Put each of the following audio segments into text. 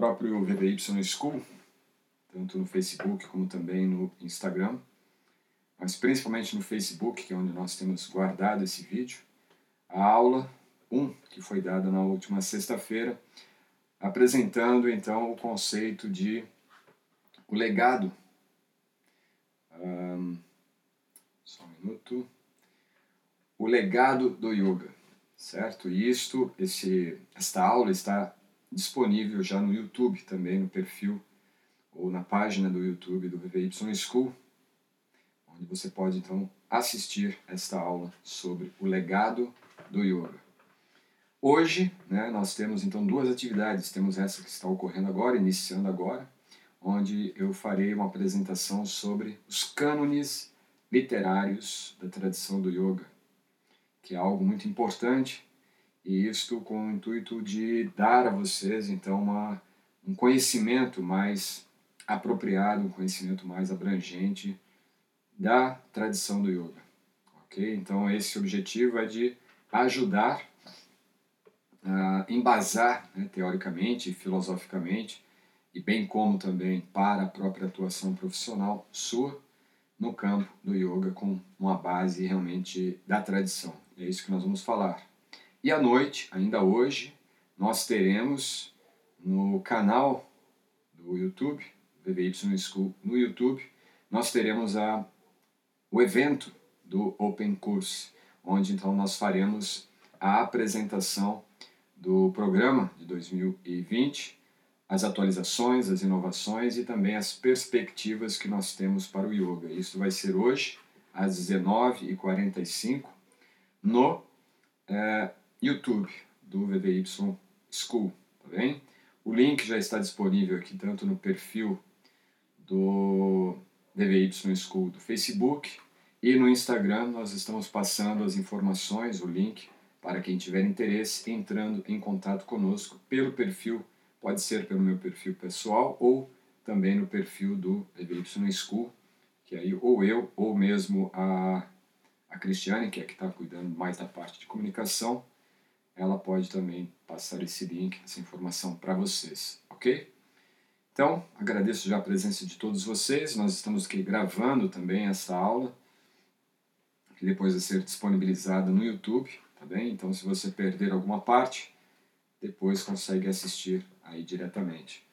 próprio VVY School, tanto no Facebook como também no Instagram, mas principalmente no Facebook, que é onde nós temos guardado esse vídeo, a aula 1, que foi dada na última sexta-feira, apresentando então o conceito de o legado. Só um minuto. O legado do yoga, certo? E esta aula está disponível já no YouTube também, no perfil ou na página do YouTube do VVY School, onde você pode então assistir esta aula sobre o legado do yoga. Hoje, nós temos então duas atividades. Temos essa que está ocorrendo agora, iniciando agora, onde eu farei uma apresentação sobre os cânones literários da tradição do yoga, que é algo muito importante, e isto com o intuito de dar a vocês então um conhecimento mais apropriado, um conhecimento mais abrangente da tradição do yoga. Ok? Então esse objetivo é de ajudar a embasar, teoricamente e filosoficamente, e bem como também para a própria atuação profissional sua no campo do yoga, com uma base realmente da tradição. É isso que nós vamos falar. E à noite, ainda hoje, nós teremos no canal do YouTube, VVY School no YouTube, nós teremos o evento do Open Course, onde então nós faremos a apresentação do programa de 2020, as atualizações, as inovações e também as perspectivas que nós temos para o yoga. Isso vai ser hoje, às 19h45, no YouTube do VVY School, tá bem? O link já está disponível aqui tanto no perfil do VVY School do Facebook e no Instagram. Nós estamos passando as informações, o link, para quem tiver interesse, entrando em contato conosco pelo perfil, pode ser pelo meu perfil pessoal ou também no perfil do VVY School, que aí ou eu ou mesmo a Cristiane, que é que está cuidando mais da parte de comunicação, ela pode também passar esse link, essa informação para vocês, ok? Então, agradeço já a presença de todos vocês. Nós estamos aqui gravando também essa aula, que depois vai ser disponibilizada no YouTube, tá bem? Então, se você perder alguma parte, depois consegue assistir aí diretamente.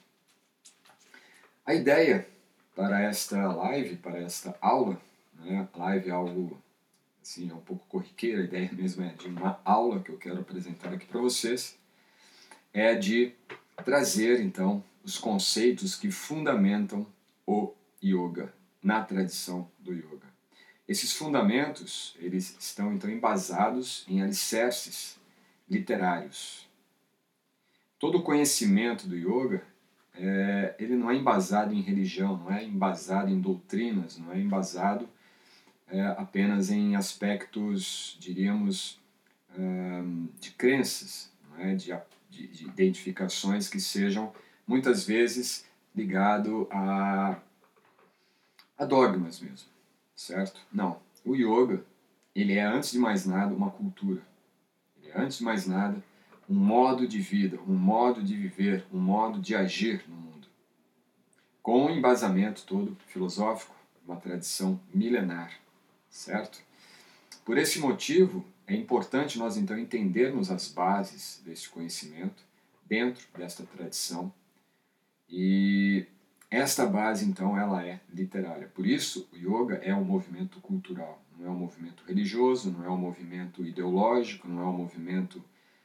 A ideia para esta live, para esta aula, a live é algo assim, é um pouco corriqueira, a ideia mesmo é de uma aula que eu quero apresentar aqui para vocês, é de trazer então os conceitos que fundamentam o yoga, na tradição do yoga. Esses fundamentos, eles estão então embasados em alicerces literários. Todo o conhecimento do yoga, ele não é embasado em religião, não é embasado em doutrinas, não é embasado apenas em aspectos, diríamos, de crenças, não é? de identificações que sejam muitas vezes ligado a dogmas mesmo, certo? Não. O yoga, ele é antes de mais nada uma cultura. Ele é antes de mais nada um modo de vida, um modo de viver, um modo de agir no mundo. Com um embasamento todo filosófico, uma tradição milenar, certo? Por esse motivo, é importante nós então entendermos as bases desse conhecimento dentro desta tradição, e esta base então ela é literária. Por isso o yoga é um movimento cultural, não é um movimento religioso, não é um movimento ideológico, não é um movimento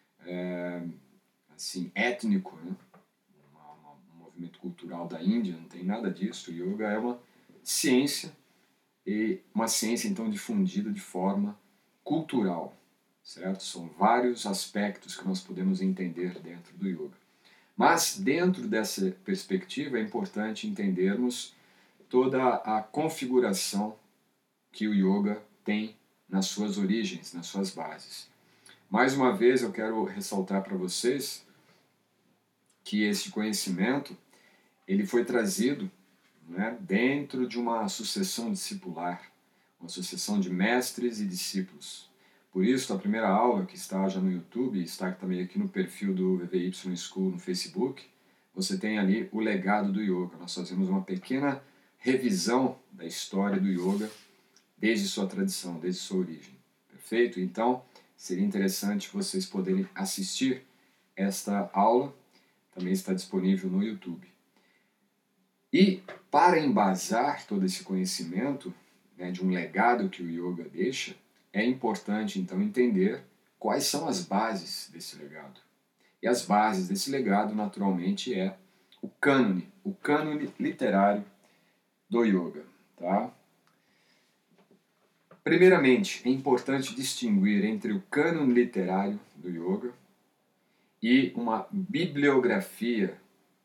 assim étnico, um movimento cultural da Índia, não tem nada disso. O yoga é uma ciência, e uma ciência então difundida de forma cultural, certo? São vários aspectos que nós podemos entender dentro do yoga. Mas dentro dessa perspectiva é importante entendermos toda a configuração que o yoga tem nas suas origens, nas suas bases. Mais uma vez eu quero ressaltar para vocês que esse conhecimento ele foi trazido dentro de uma sucessão discipular, uma sucessão de mestres e discípulos. Por isso, a primeira aula que está já no YouTube, está também aqui no perfil do VVY School no Facebook, você tem ali o legado do yoga. Nós fazemos uma pequena revisão da história do yoga desde sua tradição, desde sua origem. Perfeito? Então, seria interessante vocês poderem assistir esta aula, também está disponível no YouTube. E para embasar todo esse conhecimento, né, de um legado que o yoga deixa, é importante então entender quais são as bases desse legado. E as bases desse legado, naturalmente, é o cânone literário do yoga. Tá? Primeiramente, é importante distinguir entre o cânone literário do yoga e uma bibliografia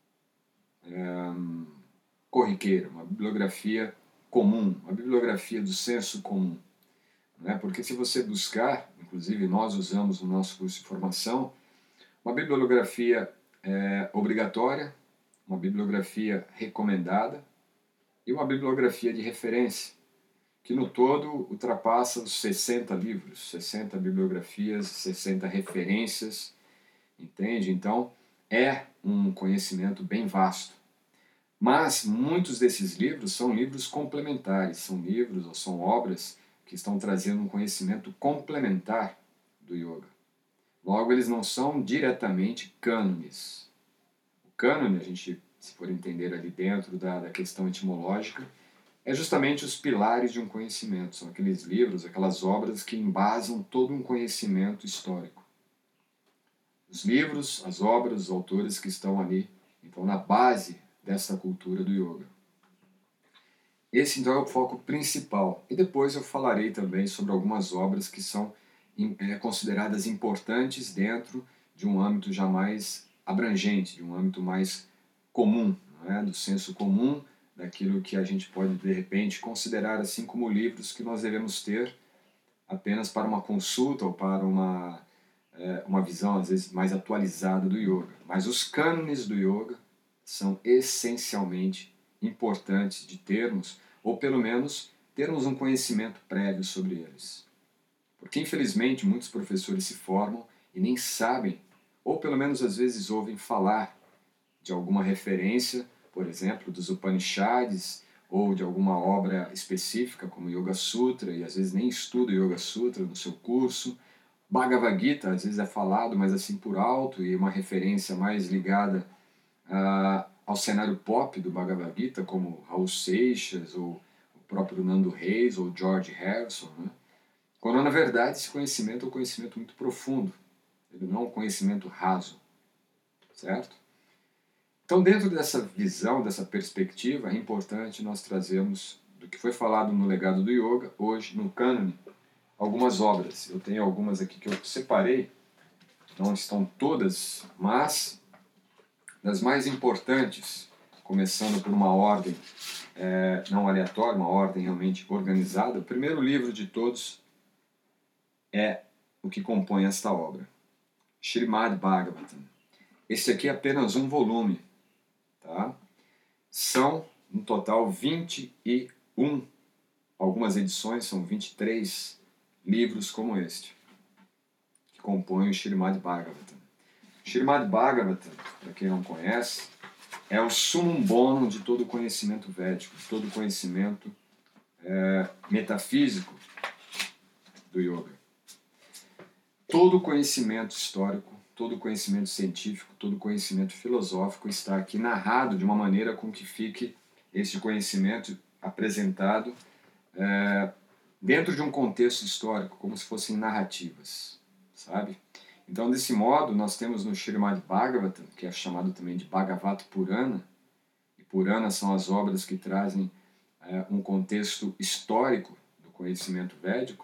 corriqueira, uma bibliografia comum, uma bibliografia do senso comum. Né? Porque se você buscar, inclusive nós usamos no nosso curso de formação, uma bibliografia obrigatória, uma bibliografia recomendada e uma bibliografia de referência, que no todo ultrapassa os 60 livros, 60 bibliografias, 60 referências, entende? Então, é um conhecimento bem vasto. Mas muitos desses livros são livros complementares, são livros ou são obras que estão trazendo um conhecimento complementar do yoga. Logo, eles não são diretamente cânones. O cânone, a gente, se for entender ali dentro da questão etimológica, é justamente os pilares de um conhecimento. São aqueles livros, aquelas obras que embasam todo um conhecimento histórico. Os livros, as obras, os autores que estão ali, então, na base dessa cultura do yoga. Esse, então, é o foco principal. E depois eu falarei também sobre algumas obras que são consideradas importantes dentro de um âmbito já mais abrangente, de um âmbito mais comum, não é? Do senso comum, daquilo que a gente pode, de repente, considerar assim como livros que nós devemos ter apenas para uma consulta ou para uma visão, às vezes, mais atualizada do yoga. Mas os cânones do yoga são essencialmente importantes de termos, ou pelo menos termos um conhecimento prévio sobre eles. Porque, infelizmente, muitos professores se formam e nem sabem, ou pelo menos às vezes ouvem falar de alguma referência, por exemplo, dos Upanishads, ou de alguma obra específica, como Yoga Sutra, e às vezes nem estuda Yoga Sutra no seu curso. Bhagavad Gita, às vezes é falado, mas assim por alto, e uma referência mais ligada ao cenário pop do Bhagavad Gita, como Raul Seixas, ou o próprio Nando Reis, ou George Harrison, né? Quando, na verdade, esse conhecimento é um conhecimento muito profundo, ele não é um conhecimento raso, certo? Então, dentro dessa visão, dessa perspectiva, é importante nós trazermos do que foi falado no legado do yoga, hoje, no cânone, algumas obras. Eu tenho algumas aqui que eu separei, não estão todas, mas das mais importantes, começando por uma ordem não aleatória, uma ordem realmente organizada. O primeiro livro de todos é o que compõe esta obra, Srimad Bhagavatam. Esse aqui é apenas um volume, tá? São, no total, 21, algumas edições são 23 livros como este, que compõem o Srimad Bhagavatam. Srimad Bhagavatam, para quem não conhece, é o sumum bonum de todo o conhecimento védico, de todo o conhecimento metafísico do yoga. Todo o conhecimento histórico, todo o conhecimento científico, todo o conhecimento filosófico está aqui narrado de uma maneira com que fique esse conhecimento apresentado dentro de um contexto histórico, como se fossem narrativas, sabe? Então, desse modo, nós temos no Srimad Bhagavatam, que é chamado também de Bhagavata Purana, e Purana são as obras que trazem um contexto histórico do conhecimento védico.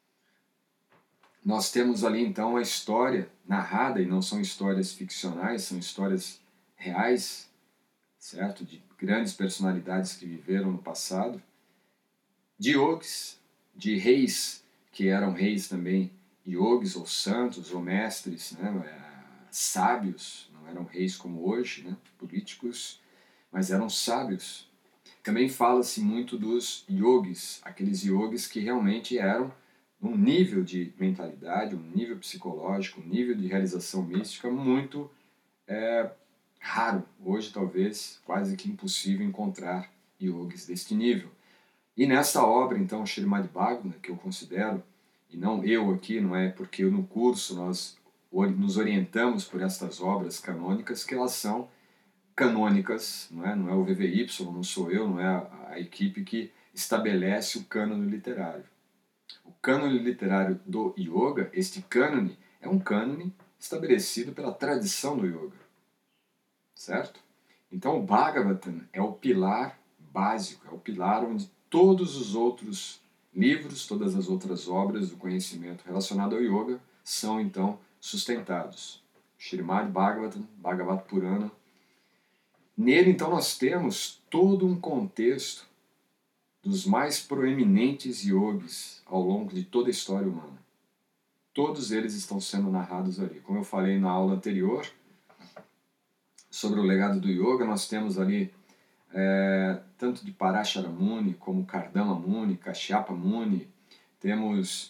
Nós temos ali, então, a história narrada, e não são histórias ficcionais, são histórias reais, certo? De grandes personalidades que viveram no passado, de yogis, de reis, que eram reis também, yogis ou santos ou mestres, né? Sábios, não eram reis como hoje, né? Políticos, mas eram sábios. Também fala-se muito dos yogis, aqueles yogis que realmente eram um nível de mentalidade, um nível psicológico, um nível de realização mística muito raro, hoje talvez quase que impossível encontrar yogis deste nível. E nesta obra, então, Srimad Bhagavatam, que eu considero, e não eu aqui, não é porque no curso nós nos orientamos por estas obras canônicas, que elas são canônicas, não é o VVY, não sou eu, não é a equipe que estabelece o cânone literário. O cânone literário do yoga, este cânone, é um cânone estabelecido pela tradição do yoga, certo? Então o Bhagavatam é o pilar básico, é o pilar onde todos os outros livros, todas as outras obras do conhecimento relacionado ao yoga são então sustentados. Srimad Bhagavatam, Bhagavad Purana. Nele então nós temos todo um contexto dos mais proeminentes yogis ao longo de toda a história humana. Todos eles estão sendo narrados ali. Como eu falei na aula anterior, sobre o legado do yoga, nós temos ali tanto de Parashara Muni, como Kardama Muni, Kashyapa Muni, temos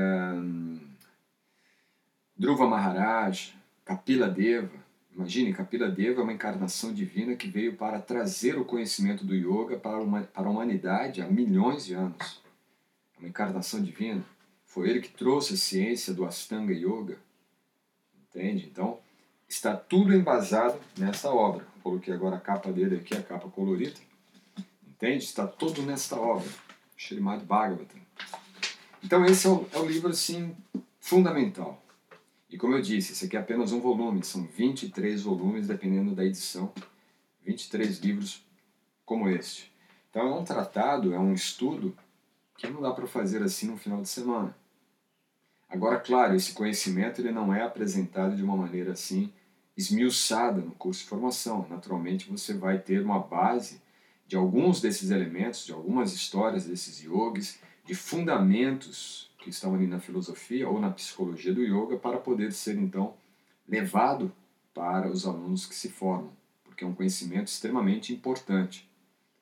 Dhruva Maharaj, Kapila Deva. Imagine, Kapila Deva é uma encarnação divina que veio para trazer o conhecimento do yoga para a humanidade há milhões de anos. É uma encarnação divina. Foi ele que trouxe a ciência do Ashtanga Yoga. Entende? Então, está tudo embasado nessa obra. Coloquei agora a capa dele aqui, a capa colorida. Entende? Está tudo nesta obra. Srimad Bhagavatam. Então esse é o livro, assim, fundamental. E como eu disse, esse aqui é apenas um volume. São 23 volumes, dependendo da edição. 23 livros como este. Então é um tratado, é um estudo que não dá para fazer assim no final de semana. Agora, claro, esse conhecimento ele não é apresentado de uma maneira assim esmiuçada no curso de formação. Naturalmente você vai ter uma base de alguns desses elementos, de algumas histórias desses yogis, de fundamentos que estão ali na filosofia ou na psicologia do yoga para poder ser então levado para os alunos que se formam, porque é um conhecimento extremamente importante.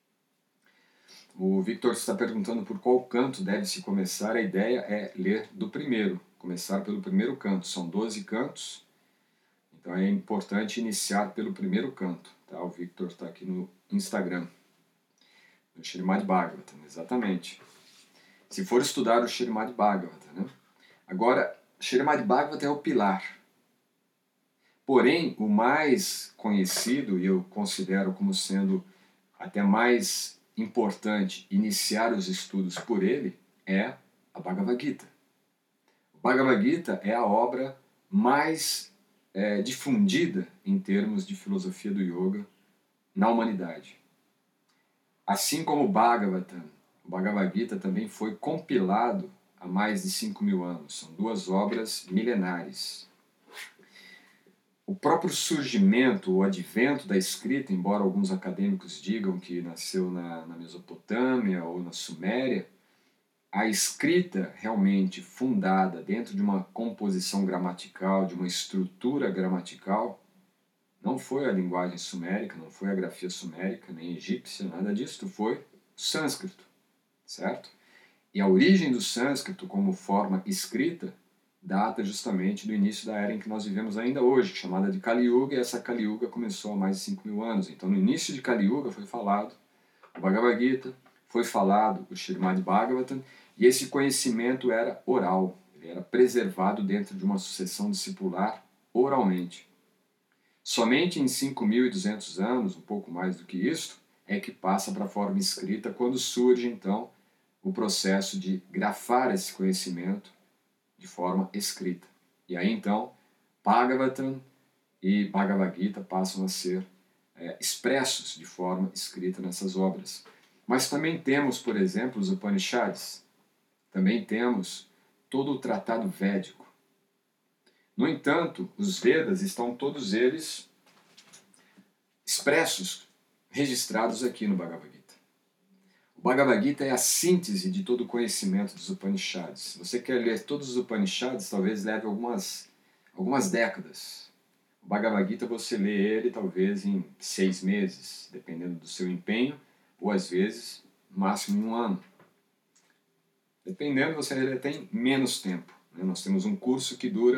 O Victor está perguntando por qual canto deve-se começar. A ideia é ler do primeiro, começar pelo primeiro canto. São 12 cantos, então é importante iniciar pelo primeiro canto. Tá? O Victor está aqui no Instagram, no Srimad Bhagavatam, exatamente. Se for estudar o Srimad Bhagavatam, né? Agora, Srimad Bhagavatam é o pilar. Porém, o mais conhecido, e eu considero como sendo até mais importante iniciar os estudos por ele, é a Bhagavad Gita. O Bhagavad Gita é a obra mais difundida em termos de filosofia do yoga na humanidade. Assim como o Bhagavatam, o Bhagavad Gita também foi compilado há mais de 5.000 anos. São duas obras milenares. O próprio surgimento, o advento da escrita, embora alguns acadêmicos digam que nasceu na Mesopotâmia ou na Suméria, a escrita realmente fundada dentro de uma composição gramatical, de uma estrutura gramatical, não foi a linguagem sumérica, não foi a grafia sumérica, nem egípcia, nada disso, foi o sânscrito, certo? E a origem do sânscrito como forma escrita data justamente do início da era em que nós vivemos ainda hoje, chamada de Kali Yuga, e essa Kali Yuga começou há mais de 5.000 anos. Então, no início de Kali Yuga foi falado o Bhagavad Gita, foi falado o Srimad Bhagavatam, e esse conhecimento era oral, ele era preservado dentro de uma sucessão discipular oralmente. Somente em 5.200 anos, um pouco mais do que isto, é que passa para a forma escrita, quando surge, então, o processo de grafar esse conhecimento de forma escrita. E aí então, Bhagavatam e Bhagavad Gita passam a ser expressos de forma escrita nessas obras. Mas também temos, por exemplo, os Upanishads. Também temos todo o tratado védico. No entanto, os Vedas estão todos eles expressos, registrados aqui no Bhagavad Gita. O Bhagavad Gita é a síntese de todo o conhecimento dos Upanishads. Se você quer ler todos os Upanishads, talvez leve algumas décadas. O Bhagavad Gita você lê ele talvez em 6 meses, dependendo do seu empenho, ou às vezes, no máximo em 1 ano. Dependendo, você lê até em menos tempo. Né? Nós temos um curso que dura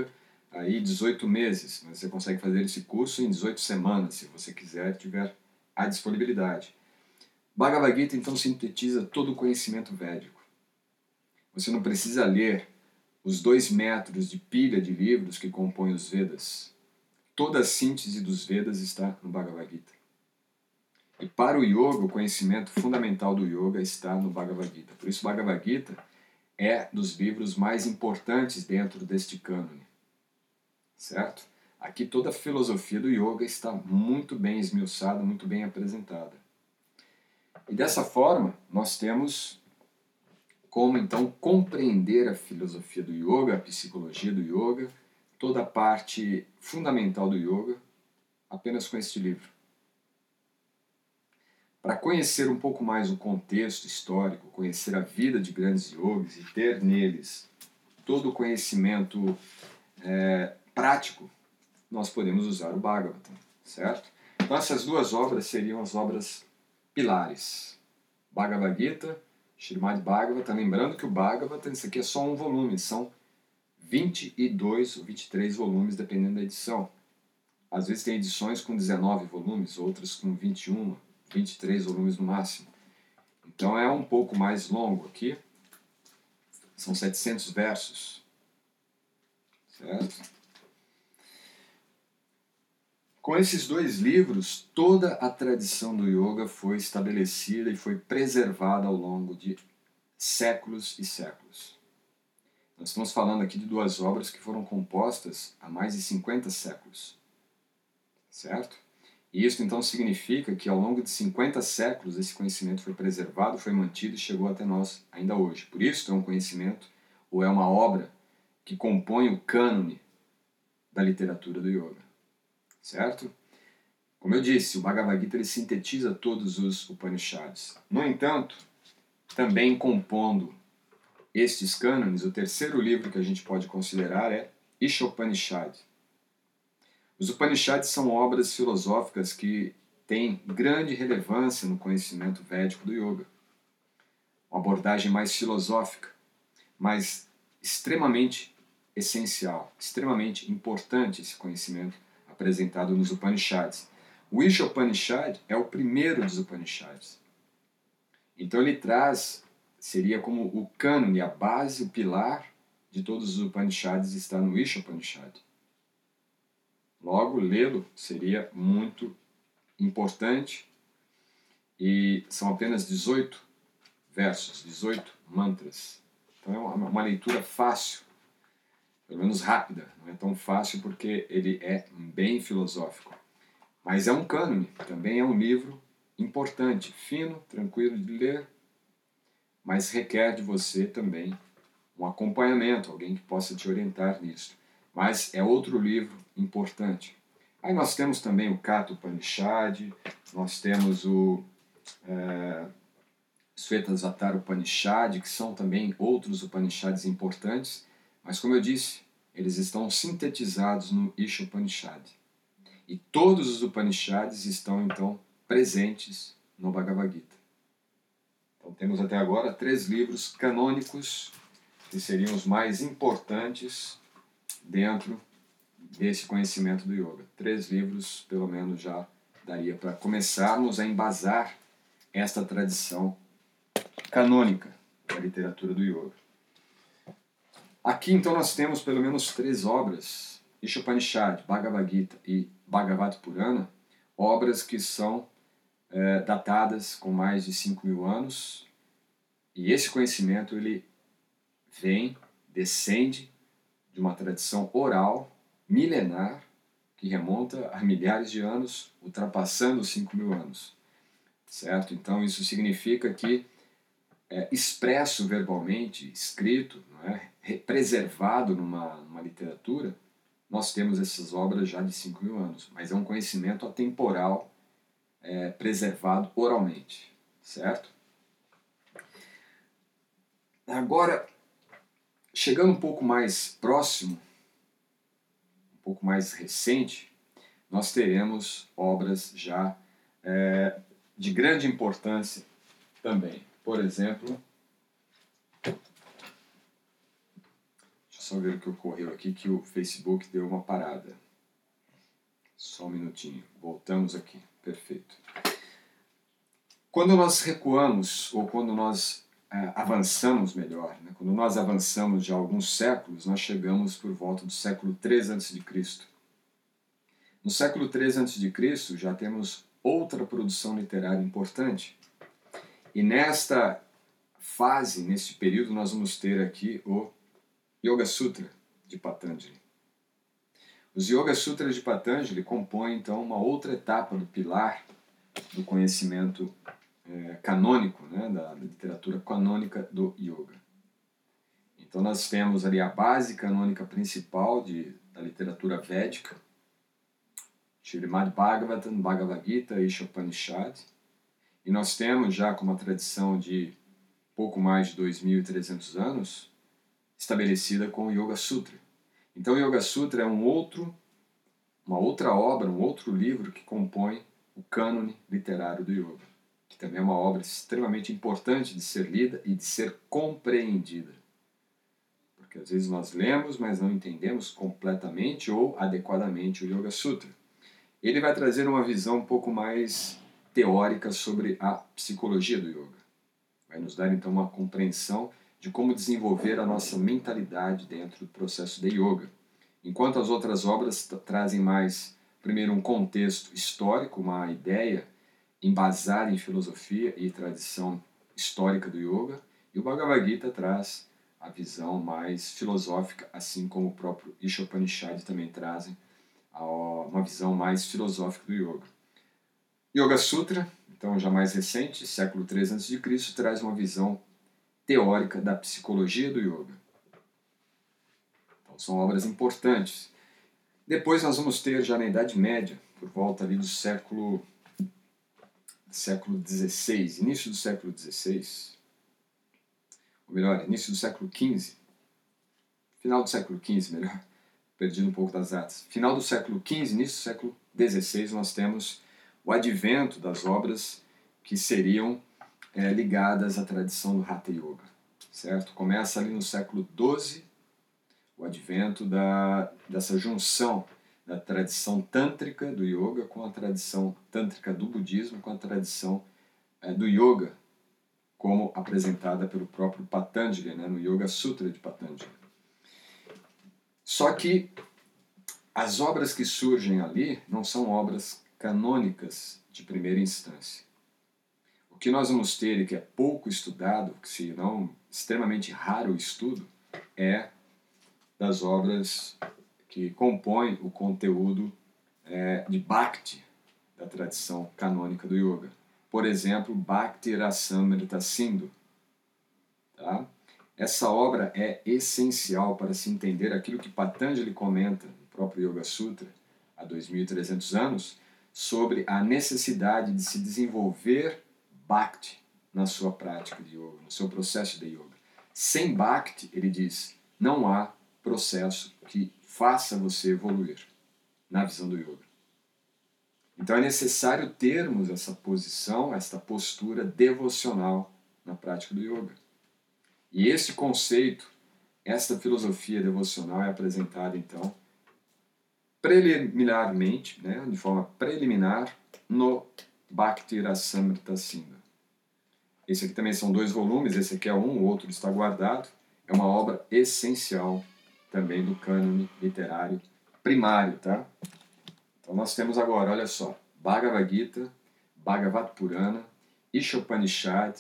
aí 18 meses, mas você consegue fazer esse curso em 18 semanas, se você quiser, tiver a disponibilidade. Bhagavad Gita, então, sintetiza todo o conhecimento védico. Você não precisa ler os 2 metros de pilha de livros que compõem os Vedas. Toda a síntese dos Vedas está no Bhagavad Gita. E para o yoga, o conhecimento fundamental do yoga está no Bhagavad Gita. Por isso, o Bhagavad Gita é dos livros mais importantes dentro deste cânone. Certo? Aqui toda a filosofia do yoga está muito bem esmiuçada, muito bem apresentada. E dessa forma, nós temos como então compreender a filosofia do yoga, a psicologia do yoga, toda a parte fundamental do yoga, apenas com este livro. Para conhecer um pouco mais o contexto histórico, conhecer a vida de grandes yogis e ter neles todo o conhecimento prático, nós podemos usar o Bhagavatam, certo? Então essas 2 obras seriam as obras pilares. Bhagavad Gita, Srimad Bhagavatam, lembrando que o Bhagavatam, isso aqui é só um volume, são 22 ou 23 volumes, dependendo da edição. Às vezes tem edições com 19 volumes, outras com 21, 23 volumes no máximo. Então é um pouco mais longo aqui, são 700 versos, certo? Com esses 2 livros, toda a tradição do yoga foi estabelecida e foi preservada ao longo de séculos e séculos. Nós estamos falando aqui de 2 obras que foram compostas há mais de 50 séculos, certo? E isso então significa que ao longo de 50 séculos esse conhecimento foi preservado, foi mantido e chegou até nós ainda hoje. Por isso é um conhecimento, ou é uma obra, que compõe o cânone da literatura do yoga. Certo? Como eu disse, o Bhagavad Gita ele sintetiza todos os Upanishads. No entanto, também compondo estes cânones, o terceiro livro que a gente pode considerar é Ishopanishad. Os Upanishads são obras filosóficas que têm grande relevância no conhecimento védico do yoga. Uma abordagem mais filosófica, mas extremamente essencial, extremamente importante esse conhecimento apresentado nos Upanishads. O Ishopanishad é o primeiro dos Upanishads. Então ele traz, seria como o cânone, a base, o pilar de todos os Upanishads está no Ishopanishad. Logo, lê-lo seria muito importante e são apenas 18 versos, 18 mantras. Então é uma leitura fácil, pelo menos rápida. Não é tão fácil porque ele é bem filosófico. Mas é um cânone, também é um livro importante, fino, tranquilo de ler, mas requer de você também um acompanhamento, alguém que possa te orientar nisso. Mas é outro livro importante. Aí nós temos também o Katha Upanishad, nós temos o Shvetasvatara Upanishad, que são também outros Upanishads importantes, mas como eu disse, eles estão sintetizados no Ishopanishad. E todos os Upanishads estão então presentes no Bhagavad Gita. Então temos até agora 3 livros canônicos que seriam os mais importantes dentro desse conhecimento do yoga. 3 livros, pelo menos, já daria para começarmos a embasar esta tradição canônica da literatura do yoga. Aqui, então, nós temos pelo menos 3 obras, Ishopanishad, Bhagavad Gita e Bhagavad Purana, obras que são datadas com mais de 5.000 anos, e esse conhecimento ele descende de uma tradição oral, milenar, que remonta a milhares de anos, ultrapassando os 5.000 anos. Certo? Então isso significa que expresso verbalmente, escrito, não é? Preservado numa literatura, nós temos essas obras já de 5.000 anos, mas é um conhecimento atemporal, preservado oralmente, certo? Agora, chegando um pouco mais próximo, um pouco mais recente, nós teremos obras já de grande importância também. Por exemplo, deixa eu Só ver o que ocorreu aqui, que o Facebook deu uma parada. Só um minutinho. Voltamos aqui. Perfeito. Quando nós recuamos, ou quando nós avançamos melhor, né? Quando nós avançamos de alguns séculos, nós chegamos por volta do século III a.C. No século III a.C. já temos outra produção literária importante. E nesta fase, neste período, nós vamos ter aqui o Yoga Sutra de Patanjali. Os Yoga Sutras de Patanjali compõem, então, uma outra etapa do pilar do conhecimento canônico, né, da literatura canônica do Yoga. Então nós temos ali a base canônica principal da literatura védica, Srimad Bhagavatam, Bhagavad Gita e Upanishad, e nós temos já com uma tradição de pouco mais de 2.300 anos, estabelecida com o Yoga Sutra. Então o Yoga Sutra é uma outra obra, um outro livro que compõe o cânone literário do Yoga, que também é uma obra extremamente importante de ser lida e de ser compreendida. Porque às vezes nós lemos, mas não entendemos completamente ou adequadamente o Yoga Sutra. Ele vai trazer uma visão um pouco mais teórica sobre a psicologia do Yoga. Vai nos dar então uma compreensão de como desenvolver a nossa mentalidade dentro do processo de Yoga. Enquanto as outras obras trazem mais, primeiro, um contexto histórico, uma ideia embasada em filosofia e tradição histórica do Yoga, e o Bhagavad Gita traz a visão mais filosófica, assim como o próprio Upanishad também trazem uma visão mais filosófica do Yoga. Yoga Sutra, então já mais recente, século III a.C., traz uma visão teórica da psicologia do Yoga. Então são obras importantes. Depois nós vamos ter já na Idade Média, por volta ali do século XVI, início do século XVI, ou melhor, início do século XV, final do século XV, melhor, perdi um pouco das datas. Final do século XV, início do século XVI, nós temos o advento das obras que seriam ligadas à tradição do Hatha Yoga, certo? Começa ali no século XII, o advento dessa junção da tradição tântrica do yoga com a tradição tântrica do budismo, com a tradição do yoga, como apresentada pelo próprio Patanjali, né, no Yoga Sutra de Patanjali. Só que as obras que surgem ali não são obras canônicas de primeira instância. O que nós vamos ter e que é pouco estudado, que se não extremamente raro o estudo, é das obras que compõem o conteúdo de Bhakti, da tradição canônica do Yoga. Por exemplo, Bhakti Rasamrita Sindhu. Tá? Essa obra é essencial para se entender aquilo que Patanjali comenta no próprio Yoga Sutra, há 2.300 anos, sobre a necessidade de se desenvolver Bhakti na sua prática de Yoga, no seu processo de Yoga. Sem Bhakti, ele diz, não há processo que faça você evoluir na visão do Yoga. Então é necessário termos essa posição, esta postura devocional na prática do Yoga. E esse conceito, esta filosofia devocional é apresentada então preliminarmente, né, de forma preliminar, no Bhakti Rasamrita Sindhu. Esse aqui também são 2 volumes, esse aqui é um, o outro está guardado. É uma obra essencial também do cânone literário primário, tá? Então nós temos agora, olha só, Bhagavad Gita, Bhagavad Purana, Upanishad,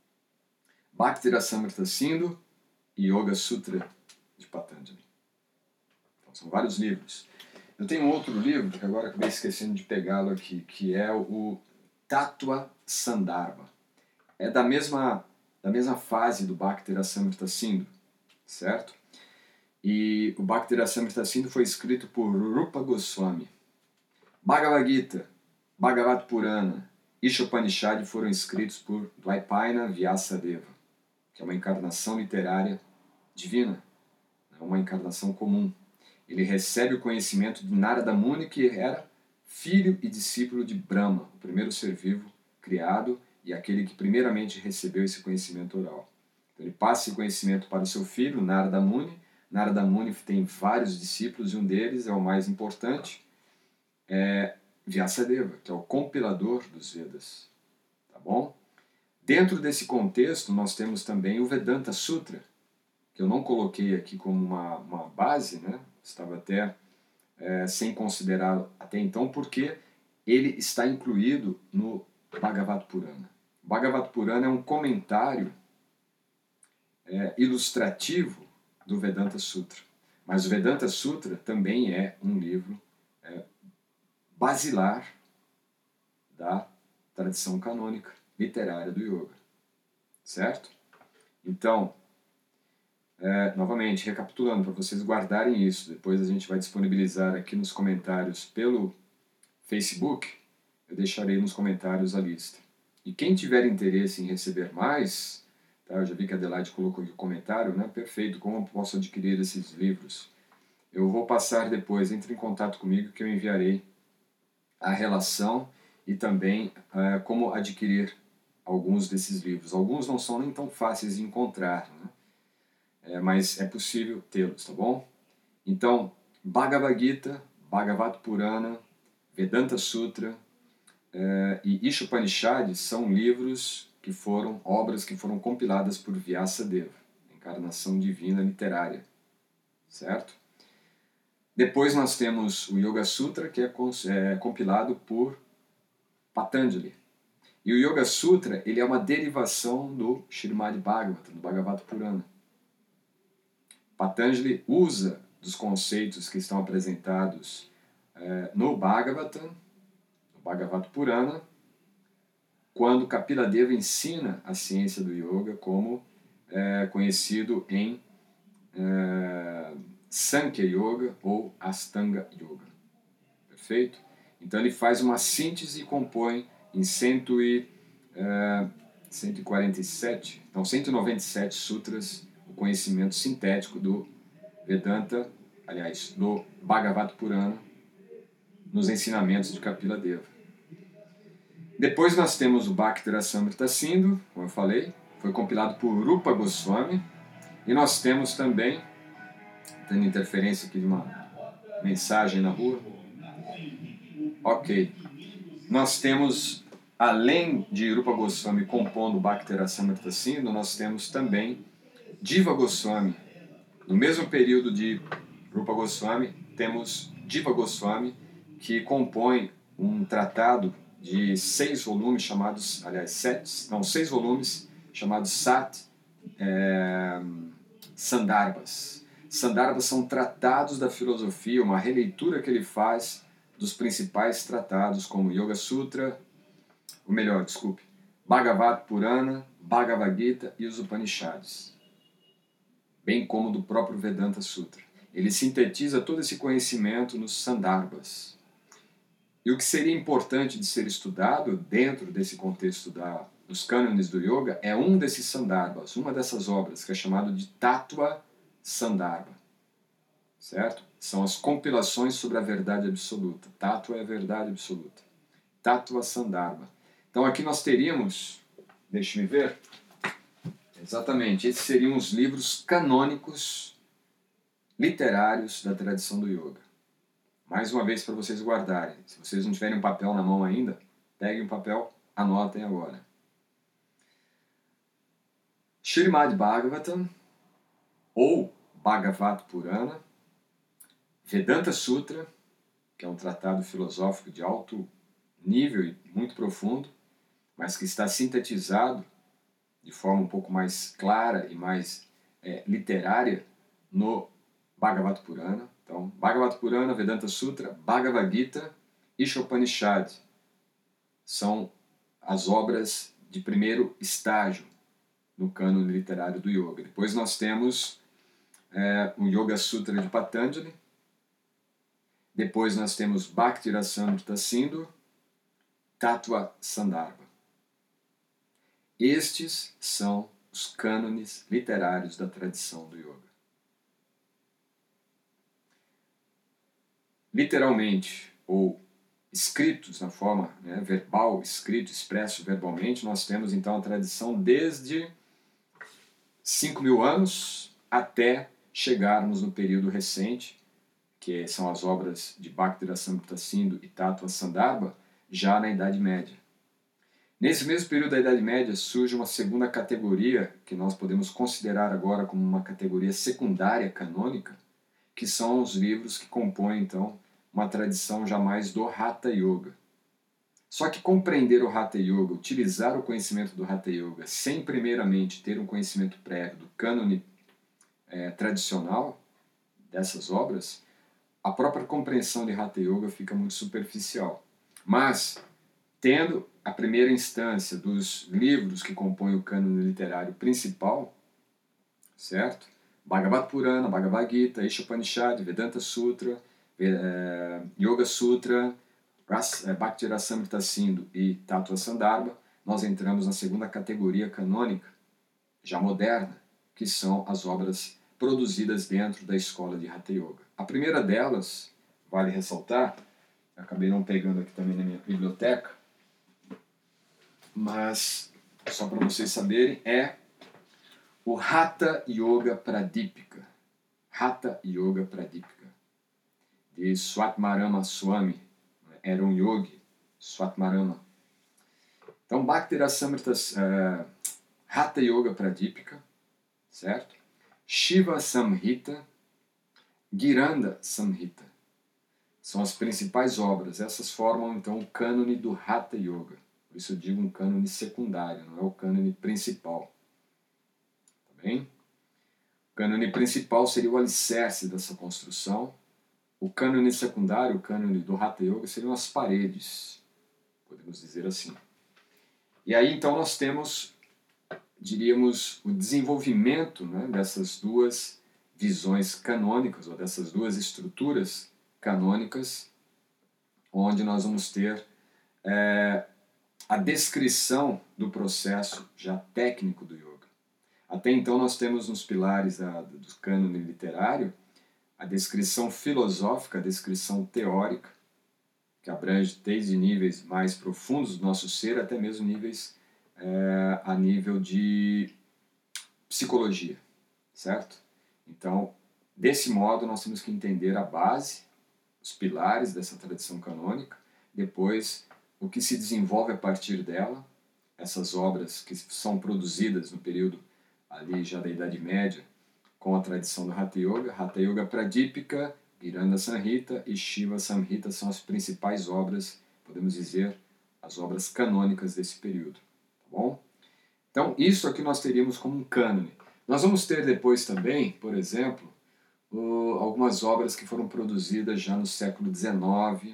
Bhakti Rasamrita Sindhu e Yoga Sutra de Patanjali. Então são vários livros. Eu tenho um outro livro, que agora acabei esquecendo de pegá-lo aqui, que é o Tattva Sandarbha. É da mesma fase do Bhakti Rasamrita Sindhu, certo? E o Bhakti Rasamrita Sindhu foi escrito por Rupa Goswami. Bhagavad Gita, Bhagavad Purana e Upanishad foram escritos por Dvaipayana Vyasadeva, que é uma encarnação literária divina, não uma encarnação comum. Ele recebe o conhecimento de Narada Muni, que era filho e discípulo de Brahma, o primeiro ser vivo criado e aquele que primeiramente recebeu esse conhecimento oral. Então ele passa esse conhecimento para o seu filho, Narada Muni, Narada Muni tem vários discípulos e um deles é o mais importante, é Vyasadeva, que é o compilador dos Vedas. Tá bom? Dentro desse contexto, nós temos também o Vedanta Sutra, que eu não coloquei aqui como uma base, né? Estava até sem considerar até então, porque ele está incluído no Bhagavad Purana. O Bhagavad Purana é um comentário ilustrativo do Vedanta Sutra. Mas o Vedanta Sutra também é um livro basilar da tradição canônica literária do yoga. Certo? Então, novamente, recapitulando, para vocês guardarem isso, depois a gente vai disponibilizar aqui nos comentários pelo Facebook, eu deixarei nos comentários a lista. E quem tiver interesse em receber mais, tá, eu já vi que a Adelaide colocou aqui o comentário, né? Perfeito, como eu posso adquirir esses livros? Eu vou passar depois, entre em contato comigo que eu enviarei a relação e também como adquirir alguns desses livros. Alguns não são nem tão fáceis de encontrar, né? Mas é possível tê-los, tá bom? Então, Bhagavad Gita, Bhagavad Purana, Vedanta Sutra e Ishopanishads são livros que foram, obras que foram compiladas por Vyasadeva, encarnação divina literária, certo? Depois nós temos o Yoga Sutra, que é compilado por Patanjali. E o Yoga Sutra, ele é uma derivação do Srimad Bhagavatam, do Bhagavad Purana. Patanjali usa dos conceitos que estão apresentados no Bhagavatam, no Bhagavad Purana, quando Kapiladeva ensina a ciência do yoga como conhecido em Sankhya Yoga ou Astanga Yoga. Perfeito? Então ele faz uma síntese e compõe em 197 sutras o conhecimento sintético do Vedanta, aliás, do Bhagavad Purana, nos ensinamentos de Kapiladeva. Depois nós temos o Bhakti Rasamrita Sindhu, como eu falei, foi compilado por Rupa Goswami, e nós temos também, tendo interferência aqui de uma mensagem na rua, ok, nós temos, além de Rupa Goswami compondo o Bhakti Rasamrita Sindhu, nós temos também Jiva Goswami. No mesmo período de Rupa Goswami, temos Jiva Goswami, que compõe um tratado de 6 volumes chamados, aliás, 6 volumes chamados Sandarbhas. Sandarbhas são tratados da filosofia, uma releitura que ele faz dos principais tratados como Yoga Sutra, Bhagavad Purana, Bhagavad Gita e os Upanishads, bem como do próprio Vedanta Sutra. Ele sintetiza todo esse conhecimento nos Sandarbhas. E o que seria importante de ser estudado dentro desse contexto dos cânones do yoga é um desses Sandarbhas, uma dessas obras, que é chamado de Tattva Sandarbha. Certo? São as compilações sobre a verdade absoluta. Tattva é a verdade absoluta. Tattva Sandarbha. Então aqui nós teríamos, deixe-me ver, exatamente, esses seriam os livros canônicos literários da tradição do yoga. Mais uma vez para vocês guardarem. Se vocês não tiverem um papel na mão ainda, peguem um papel, anotem agora. Srimad Bhagavatam, ou Bhagavad Purana, Vedanta Sutra, que é um tratado filosófico de alto nível e muito profundo, mas que está sintetizado de forma um pouco mais clara e mais literária no Bhagavad Purana. Então, Bhagavad Purana, Vedanta Sutra, Bhagavad Gita e Ishopanishad são as obras de primeiro estágio no cânone literário do yoga. Depois nós temos o Yoga Sutra de Patanjali. Depois nós temos Bhakti Rasamrita Sindhu, Tattva Sandarbha. Estes são os cânones literários da tradição do yoga. Literalmente, ou escritos na forma verbal, escrito, expresso verbalmente, nós temos então a tradição desde 5.000 anos até chegarmos no período recente, que são as obras de Bhaktirasamrita Sindhu e Tattva Sandarbha, já na Idade Média. Nesse mesmo período da Idade Média surge uma segunda categoria, que nós podemos considerar agora como uma categoria secundária canônica, que são os livros que compõem, então, uma tradição jamais do Hatha Yoga. Só que compreender o Hatha Yoga, utilizar o conhecimento do Hatha Yoga, sem primeiramente ter um conhecimento prévio do cânone tradicional dessas obras, a própria compreensão de Hatha Yoga fica muito superficial. Mas, tendo a primeira instância dos livros que compõem o cânone literário principal, certo? Bhagavad Purana, Bhagavad Gita, Ishopanishad, Vedanta Sutra, Yoga Sutra, Bhaktirasamrita Sindhu e Tattva Sandarbha, nós entramos na segunda categoria canônica, já moderna, que são as obras produzidas dentro da escola de Hatha Yoga. A primeira delas, vale ressaltar, acabei não pegando aqui também na minha biblioteca, mas só para vocês saberem, é o Hatha Yoga Pradipika. Hatha Yoga Pradipika, de Swatmarama Swami, era um yogi, Swatmarama. Então, Bhaktirasamrita Hatha Yoga Pradipika, certo? Shiva Samhita, Giranda Samhita. São as principais obras. Essas formam, então, o cânone do Hatha Yoga. Por isso eu digo um cânone secundário, não é o cânone principal. Tá bem? O cânone principal seria o alicerce dessa construção. O cânone secundário, o cânone do Hatha Yoga, seriam as paredes, podemos dizer assim. E aí, então, nós temos, diríamos, o desenvolvimento, né, dessas duas visões canônicas, ou dessas duas estruturas canônicas, onde nós vamos ter a descrição do processo já técnico do yoga. Até então, nós temos nos pilares do cânone literário a descrição filosófica, a descrição teórica, que abrange desde níveis mais profundos do nosso ser até mesmo níveis a nível de psicologia, certo? Então, desse modo, nós temos que entender a base, os pilares dessa tradição canônica, depois o que se desenvolve a partir dela, essas obras que são produzidas no período ali já da Idade Média, com a tradição do Hatha Yoga Pradipika, Giranda Samhita e Shiva Samhita são as principais obras, podemos dizer, as obras canônicas desse período. Tá bom? Então, isso aqui nós teríamos como um cânone. Nós vamos ter depois também, por exemplo, algumas obras que foram produzidas já no século XIX,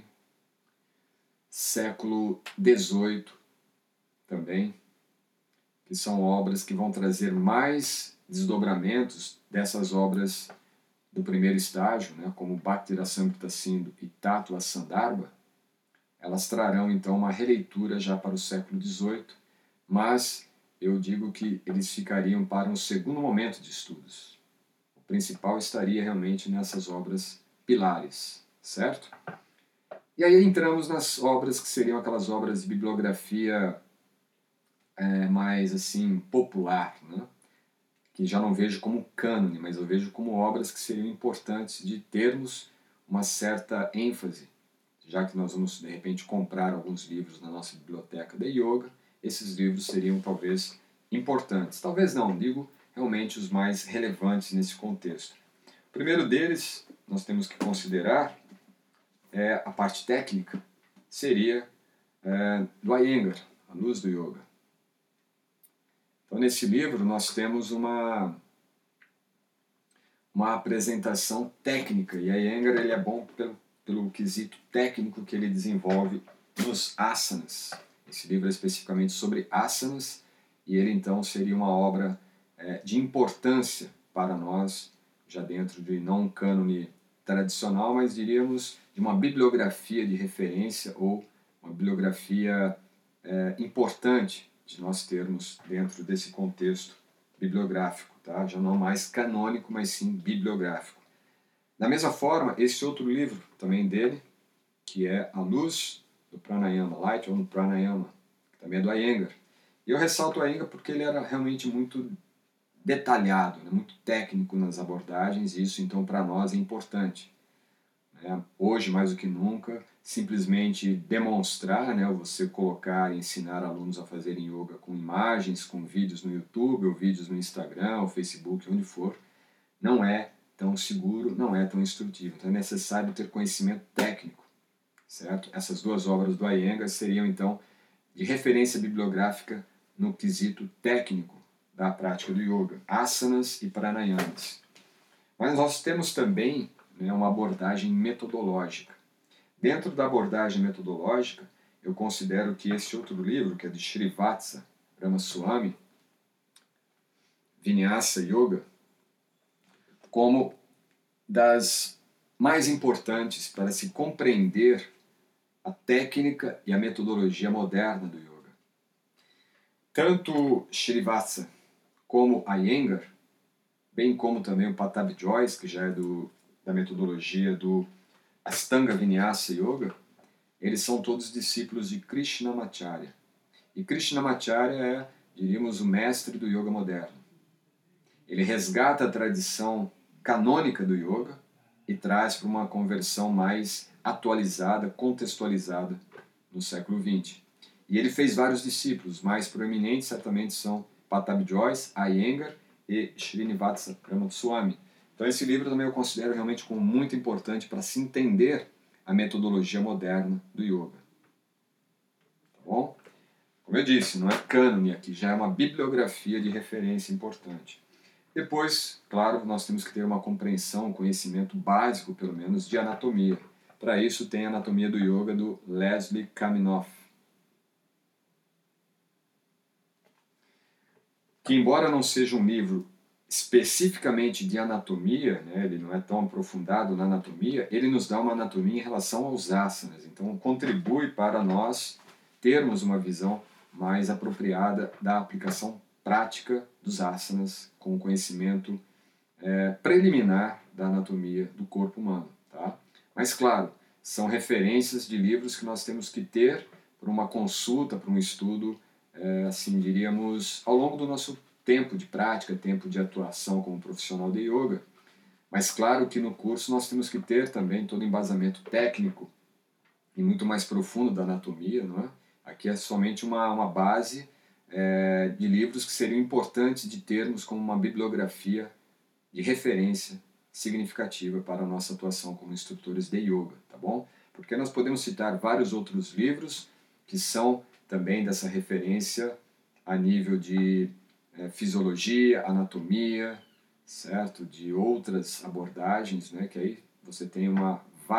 século XVIII também, que são obras que vão trazer mais desdobramentos dessas obras do primeiro estágio, né, como Bhaktirasamrita Sindhu e Tattva Sandarbha. Elas trarão então uma releitura já para o século XVIII, mas eu digo que eles ficariam para um segundo momento de estudos. O principal estaria realmente nessas obras pilares, certo? E aí entramos nas obras que seriam aquelas obras de bibliografia mais assim popular, né? Que já não vejo como cânone, mas eu vejo como obras que seriam importantes de termos uma certa ênfase, já que nós vamos de repente comprar alguns livros na nossa biblioteca de yoga, esses livros seriam talvez importantes. Talvez não, digo realmente os mais relevantes nesse contexto. O primeiro deles, nós temos que considerar a parte técnica, seria do Iyengar, A Luz do Yoga. Então, nesse livro, nós temos uma apresentação técnica, e a Iyengar ele é bom pelo quesito técnico que ele desenvolve nos asanas. Esse livro é especificamente sobre asanas, e ele então seria uma obra de importância para nós, já dentro de não um cânone tradicional, mas diríamos de uma bibliografia de referência ou uma bibliografia importante de nós termos dentro desse contexto bibliográfico, tá? Já não mais canônico, mas sim bibliográfico. Da mesma forma, esse outro livro também dele, que é A Luz do Pranayama, Light on Pranayama, que também é do Iyengar. E eu ressalto o Iyengar porque ele era realmente muito detalhado, né? Muito técnico nas abordagens, e isso então para nós é importante. Hoje, mais do que nunca, simplesmente demonstrar, né, você colocar e ensinar alunos a fazerem yoga com imagens, com vídeos no YouTube, ou vídeos no Instagram, ou Facebook, onde for, não é tão seguro, não é tão instrutivo. Então é necessário ter conhecimento técnico, certo? Essas duas obras do Iyengar seriam, então, de referência bibliográfica no quesito técnico da prática do yoga, asanas e pranayamas. Mas nós temos também, né, uma abordagem metodológica. Dentro da abordagem metodológica, eu considero que esse outro livro, que é de Srivatsa Ramaswamy, Vinyasa Yoga, como das mais importantes para se compreender a técnica e a metodologia moderna do yoga. Tanto Srivatsa como Iyengar, bem como também o Patabi Jois, que já é da metodologia do Ashtanga Vinyasa Yoga, eles são todos discípulos de Krishnamacharya. E Krishnamacharya é, diríamos, o mestre do yoga moderno. Ele resgata a tradição canônica do yoga e traz para uma conversão mais atualizada, contextualizada no século XX. E ele fez vários discípulos, mais proeminentes certamente são Patabi Jois, Iyengar e Srinivasa Ramaswamy. Então esse livro também eu considero realmente como muito importante para se entender a metodologia moderna do yoga. Tá bom? Como eu disse, não é cânone aqui, já é uma bibliografia de referência importante. Depois, claro, nós temos que ter uma compreensão, um conhecimento básico, pelo menos, de anatomia. Para isso tem a Anatomia do Yoga do Leslie Kaminoff, que, embora não seja um livro especificamente de anatomia, né, ele não é tão aprofundado na anatomia, ele nos dá uma anatomia em relação aos asanas. Então, contribui para nós termos uma visão mais apropriada da aplicação prática dos asanas com conhecimento preliminar da anatomia do corpo humano. Tá? Mas, claro, são referências de livros que nós temos que ter para uma consulta, para um estudo, assim diríamos, ao longo do nosso tempo de prática, tempo de atuação como profissional de yoga. Mas claro que no curso nós temos que ter também todo o embasamento técnico e muito mais profundo da anatomia, não é? Aqui é somente uma base de livros que seriam importantes de termos como uma bibliografia de referência significativa para a nossa atuação como instrutores de yoga, tá bom? Porque nós podemos citar vários outros livros que são também dessa referência a nível de fisiologia, anatomia, certo? De outras abordagens, né? Que aí você tem uma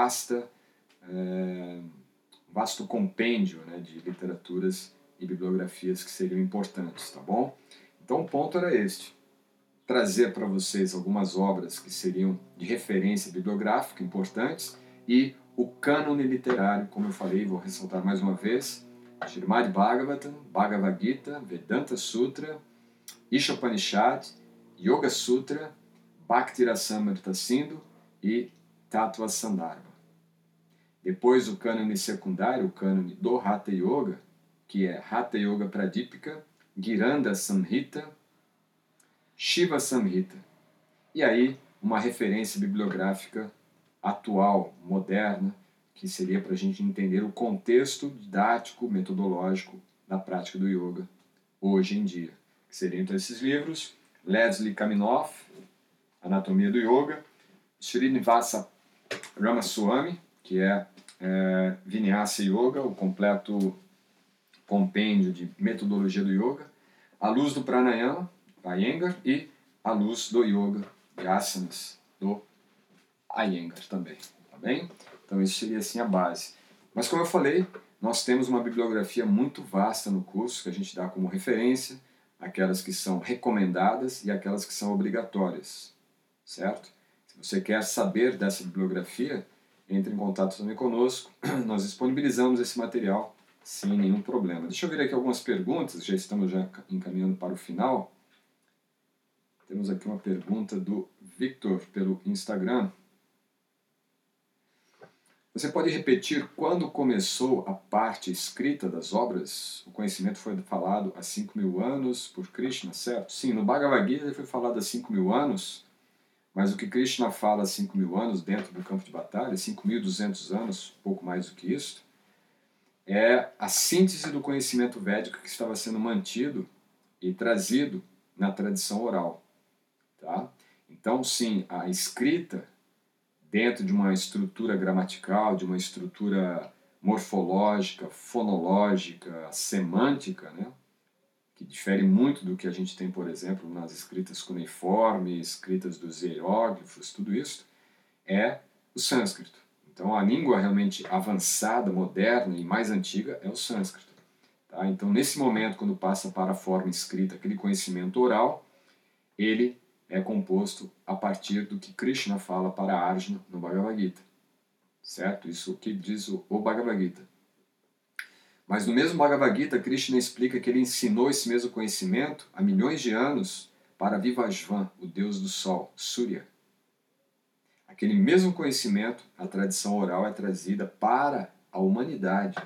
vasto compêndio, né, de literaturas e bibliografias que seriam importantes, tá bom? Então o ponto era este: trazer para vocês algumas obras que seriam de referência bibliográfica importantes e o cânone literário, como eu falei, vou ressaltar mais uma vez: Srimad Bhagavatam, Bhagavad Gita, Vedanta Sutra, Ishopanishad, Yoga Sutra, Bhakti Rasamrita Sindhu e Tattva Sandarbha. Depois o cânone secundário, o cânone do Hatha Yoga, que é Hatha Yoga Pradipika, Giranda Samhita, Shiva Samhita. E aí uma referência bibliográfica atual, moderna, que seria para a gente entender o contexto didático, metodológico da prática do yoga hoje em dia. Que seriam então esses livros: Leslie Kaminoff, Anatomia do Yoga, Srinivasa Ramaswamy, que é Vinyasa Yoga, o completo compêndio de metodologia do yoga, A Luz do Pranayama, Iyengar, e A Luz do Yoga, de asanas, do Iyengar também, tá bem? Então isso seria assim a base. Mas como eu falei, nós temos uma bibliografia muito vasta no curso, que a gente dá como referência, aquelas que são recomendadas e aquelas que são obrigatórias, certo? Se você quer saber dessa bibliografia, entre em contato também conosco, nós disponibilizamos esse material sem nenhum problema. Deixa eu ver aqui algumas perguntas, já estamos encaminhando para o final. Temos aqui uma pergunta do Victor pelo Instagram. Você pode repetir quando começou a parte escrita das obras? O conhecimento foi falado há 5.000 anos por Krishna, certo? Sim, no Bhagavad Gita ele foi falado há 5.000 anos, mas o que Krishna fala há 5.000 anos dentro do campo de batalha, 5.200 anos, pouco mais do que isso, é a síntese do conhecimento védico que estava sendo mantido e trazido na tradição oral. Tá? Então, sim, a escrita dentro de uma estrutura gramatical, de uma estrutura morfológica, fonológica, semântica, né? Que difere muito do que a gente tem, por exemplo, nas escritas cuneiformes, escritas dos hieróglifos, tudo isso, é o sânscrito. Então, a língua realmente avançada, moderna e mais antiga é o sânscrito. Tá? Então, nesse momento, quando passa para a forma escrita, aquele conhecimento oral, ele é composto a partir do que Krishna fala para Arjuna no Bhagavad Gita. Certo? Isso que diz o Bhagavad Gita. Mas no mesmo Bhagavad Gita, Krishna explica que ele ensinou esse mesmo conhecimento há milhões de anos para Vivasvan, o deus do sol, Surya. Aquele mesmo conhecimento, a tradição oral é trazida para a humanidade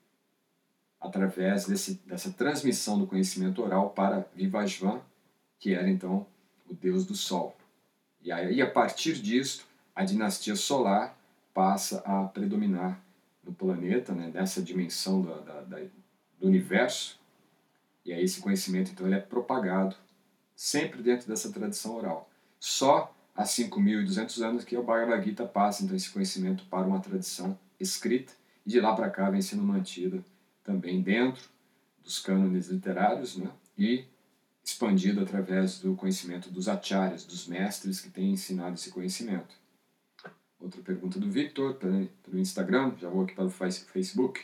através dessa transmissão do conhecimento oral para Vivasvan, que era então o deus do sol. E aí, a partir disso, a dinastia solar passa a predominar no planeta, né, nessa dimensão do universo, e aí esse conhecimento então ele é propagado sempre dentro dessa tradição oral. Só há 5.200 anos que o Bhagavad Gita passa então esse conhecimento para uma tradição escrita, e de lá para cá vem sendo mantida também dentro dos cânones literários, né, e expandido através do conhecimento dos acharyas, dos mestres que têm ensinado esse conhecimento. Outra pergunta do Victor, pelo Instagram, já vou aqui para o Facebook.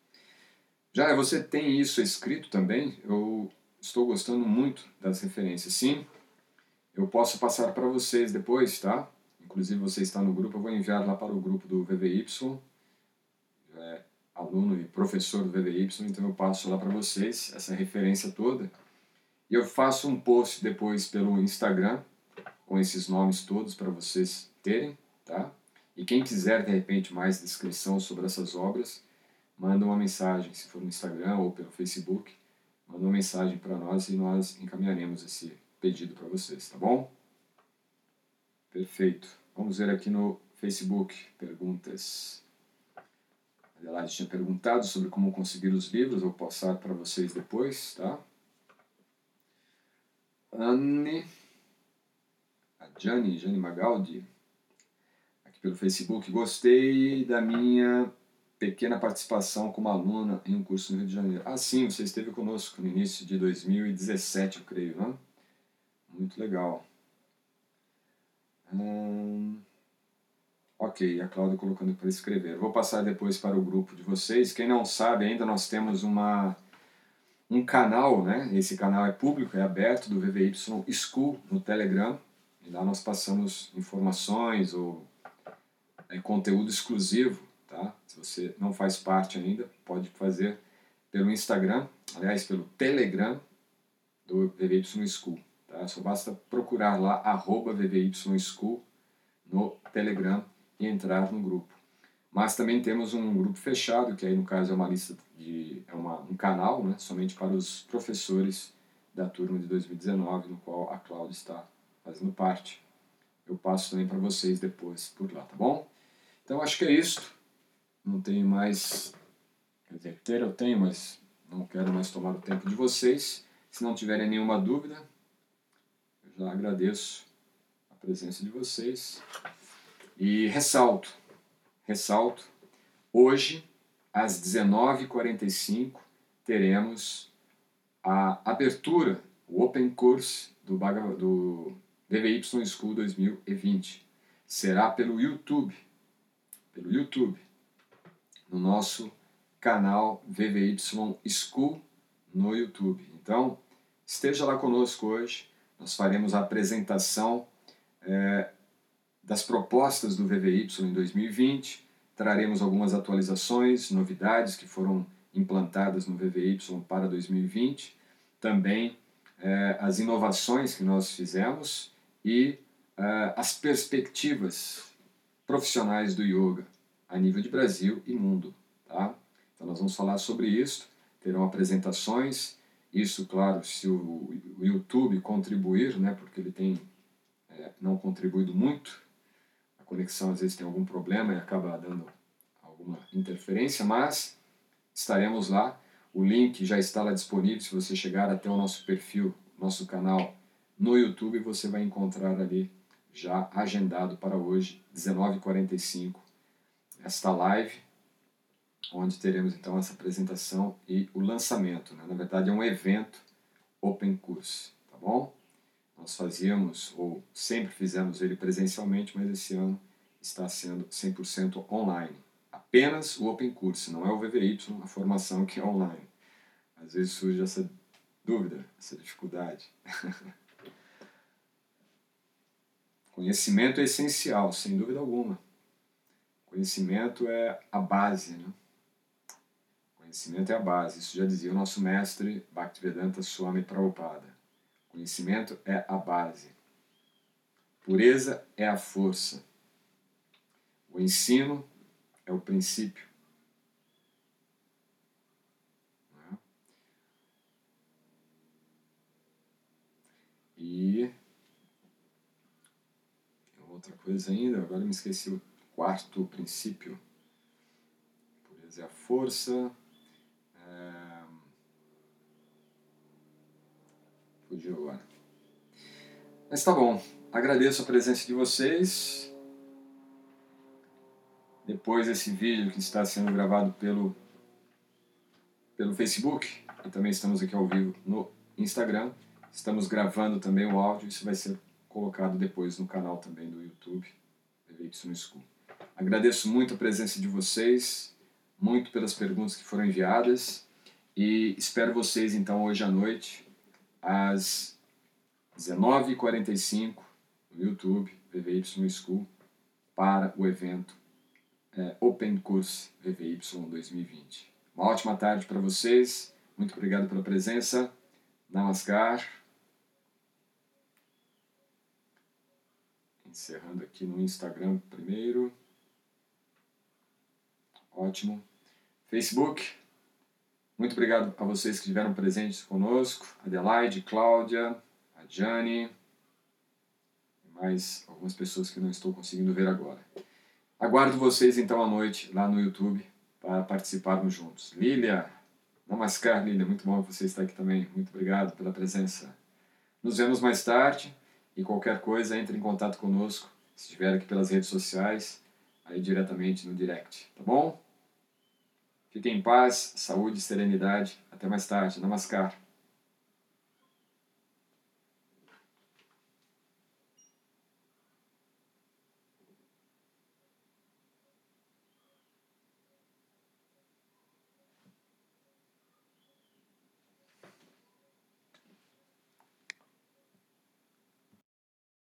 Já você tem isso escrito também? Eu estou gostando muito das referências. Sim, eu posso passar para vocês depois, tá? Inclusive você está no grupo, eu vou enviar lá para o grupo do VVY, aluno e professor do VVY, então eu passo lá para vocês essa referência toda. E eu faço um post depois pelo Instagram, com esses nomes todos para vocês terem, tá? E quem quiser, de repente, mais descrição sobre essas obras, manda uma mensagem, se for no Instagram ou pelo Facebook, manda uma mensagem para nós e nós encaminharemos esse pedido para vocês, tá bom? Perfeito. Vamos ver aqui no Facebook, perguntas. A Adelaide tinha perguntado sobre como conseguir os livros, vou passar para vocês depois, tá? Jane Magaldi, aqui pelo Facebook, gostei da minha pequena participação como aluna em um curso no Rio de Janeiro. Ah, sim, você esteve conosco no início de 2017, eu creio, né? Muito legal. Ok, a Cláudia colocando para escrever. Vou passar depois para o grupo de vocês. Quem não sabe ainda, nós temos um canal, né? Esse canal é público, é aberto, do VVY School no Telegram. E lá nós passamos informações ou conteúdo exclusivo, tá? Se você não faz parte ainda, pode fazer pelo Instagram, aliás, pelo Telegram do VVY School. Tá? Só basta procurar lá, @VVY School no Telegram e entrar no grupo. Mas também temos um grupo fechado, que aí no caso é uma lista um canal, né, somente para os professores da turma de 2019, no qual a Cláudia está fazendo parte. Eu passo também para vocês depois por lá, tá bom? Então acho que é isto. Não tenho mais, quer dizer, eu tenho, mas não quero mais tomar o tempo de vocês. Se não tiverem nenhuma dúvida, eu já agradeço a presença de vocês. E ressalto, hoje, às 19h45, teremos a abertura, o Open Course do VVY School 2020. Será pelo YouTube, no nosso canal VVY School no YouTube. Então, esteja lá conosco hoje, nós faremos a apresentação das propostas do VVY em 2020, traremos algumas atualizações, novidades que foram implantadas no VVY para 2020, também as inovações que nós fizemos e as perspectivas profissionais do yoga a nível de Brasil e mundo. Tá? Então nós vamos falar sobre isso, terão apresentações, isso, claro, se o YouTube contribuir, né, porque ele tem não contribuído muito, a conexão às vezes tem algum problema e acaba dando alguma interferência, mas estaremos lá. O link já está lá disponível. Se você chegar até o nosso perfil, nosso canal no YouTube, você vai encontrar ali já agendado para hoje, 19h45, esta live, onde teremos então essa apresentação e o lançamento. Né? Na verdade é um evento Open Course, tá bom? Nós fazíamos, ou sempre fizemos ele presencialmente, mas esse ano está sendo 100% online. Apenas o Open Course, não é o VVY, a formação que é online. Às vezes surge essa dúvida, essa dificuldade. Conhecimento é essencial, sem dúvida alguma. Conhecimento é a base, né? Conhecimento é a base, isso já dizia o nosso mestre Bhaktivedanta Swami Prabhupada. Conhecimento é a base. Pureza é a força. O ensino é o princípio. E outra coisa ainda, agora me esqueci o quarto princípio. Pureza é a força. Fugiu agora. Mas tá bom. Agradeço a presença de vocês. Depois desse vídeo que está sendo gravado pelo Facebook, e também estamos aqui ao vivo no Instagram, estamos gravando também o áudio, isso vai ser colocado depois no canal também do YouTube, VVY School. Agradeço muito a presença de vocês, muito pelas perguntas que foram enviadas, e espero vocês então hoje à noite, às 19h45, no YouTube, VVY School, para o evento Open Course VVY 2020. Uma ótima tarde para vocês. Muito obrigado pela presença. Namaskar. Encerrando aqui no Instagram primeiro. Ótimo. Facebook. Muito obrigado a vocês que estiveram presentes conosco. Adelaide, Cláudia, a Jane. E mais algumas pessoas que não estou conseguindo ver agora. Aguardo vocês então à noite lá no YouTube para participarmos juntos. Lília, namaskar, Lília, muito bom que você está aqui também. Muito obrigado pela presença. Nos vemos mais tarde e qualquer coisa entre em contato conosco, se estiver aqui pelas redes sociais, aí diretamente no direct, tá bom? Fiquem em paz, saúde e serenidade. Até mais tarde. Namaskar.